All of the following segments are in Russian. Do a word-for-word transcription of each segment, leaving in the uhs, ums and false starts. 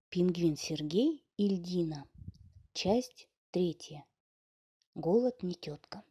Пингвин Сергей и льдина. Часть третья. Голод не тетка.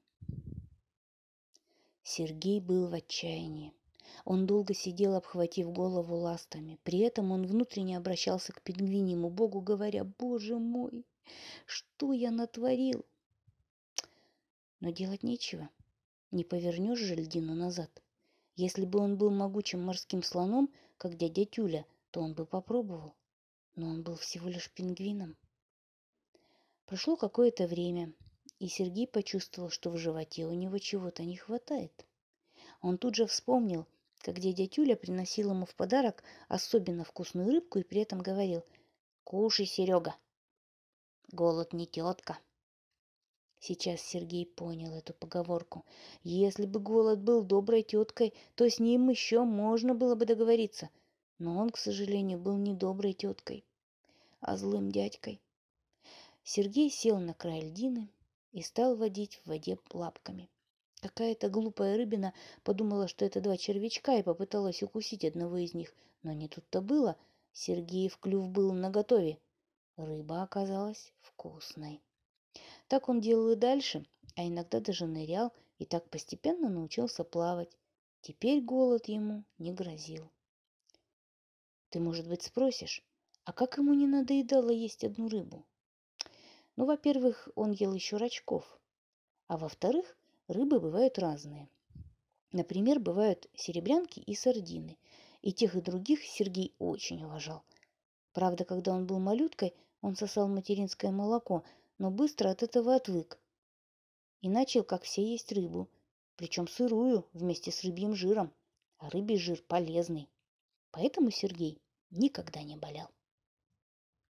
Сергей был в отчаянии. Он долго сидел, обхватив голову ластами. При этом он внутренне обращался к пингвиньему богу, говоря: «Боже мой, что я натворил?» Но делать нечего. Не повернешь же льдину назад. Если бы он был могучим морским слоном, как дядя Тюля, то он бы попробовал. Но он был всего лишь пингвином. Прошло какое-то время, и Сергей почувствовал, что в животе у него чего-то не хватает. Он тут же вспомнил, как дядя Тюля приносил ему в подарок особенно вкусную рыбку и при этом говорил: «Кушай, Серега, голод не тетка». Сейчас Сергей понял эту поговорку. Если бы голод был доброй теткой, то с ним еще можно было бы договориться. Но он, к сожалению, был не доброй теткой, а злым дядькой. Сергей сел на край льдины и стал водить в воде лапками. Какая-то глупая рыбина подумала, что это два червячка, и попыталась укусить одного из них. Но не тут-то было. Сергеев клюв был наготове. Рыба оказалась вкусной. Так он делал и дальше, а иногда даже нырял, и так постепенно научился плавать. Теперь голод ему не грозил. Ты, может быть, спросишь, а как ему не надоедало есть одну рыбу? Ну, во-первых, он ел еще рачков, а во-вторых, рыбы бывают разные. Например, бывают серебрянки и сардины, и тех и других Сергей очень уважал. Правда, когда он был малюткой, он сосал материнское молоко, но быстро от этого отвык и начал, как все, есть рыбу, причем сырую, вместе с рыбьим жиром, а рыбий жир полезный. Поэтому Сергей никогда не болел.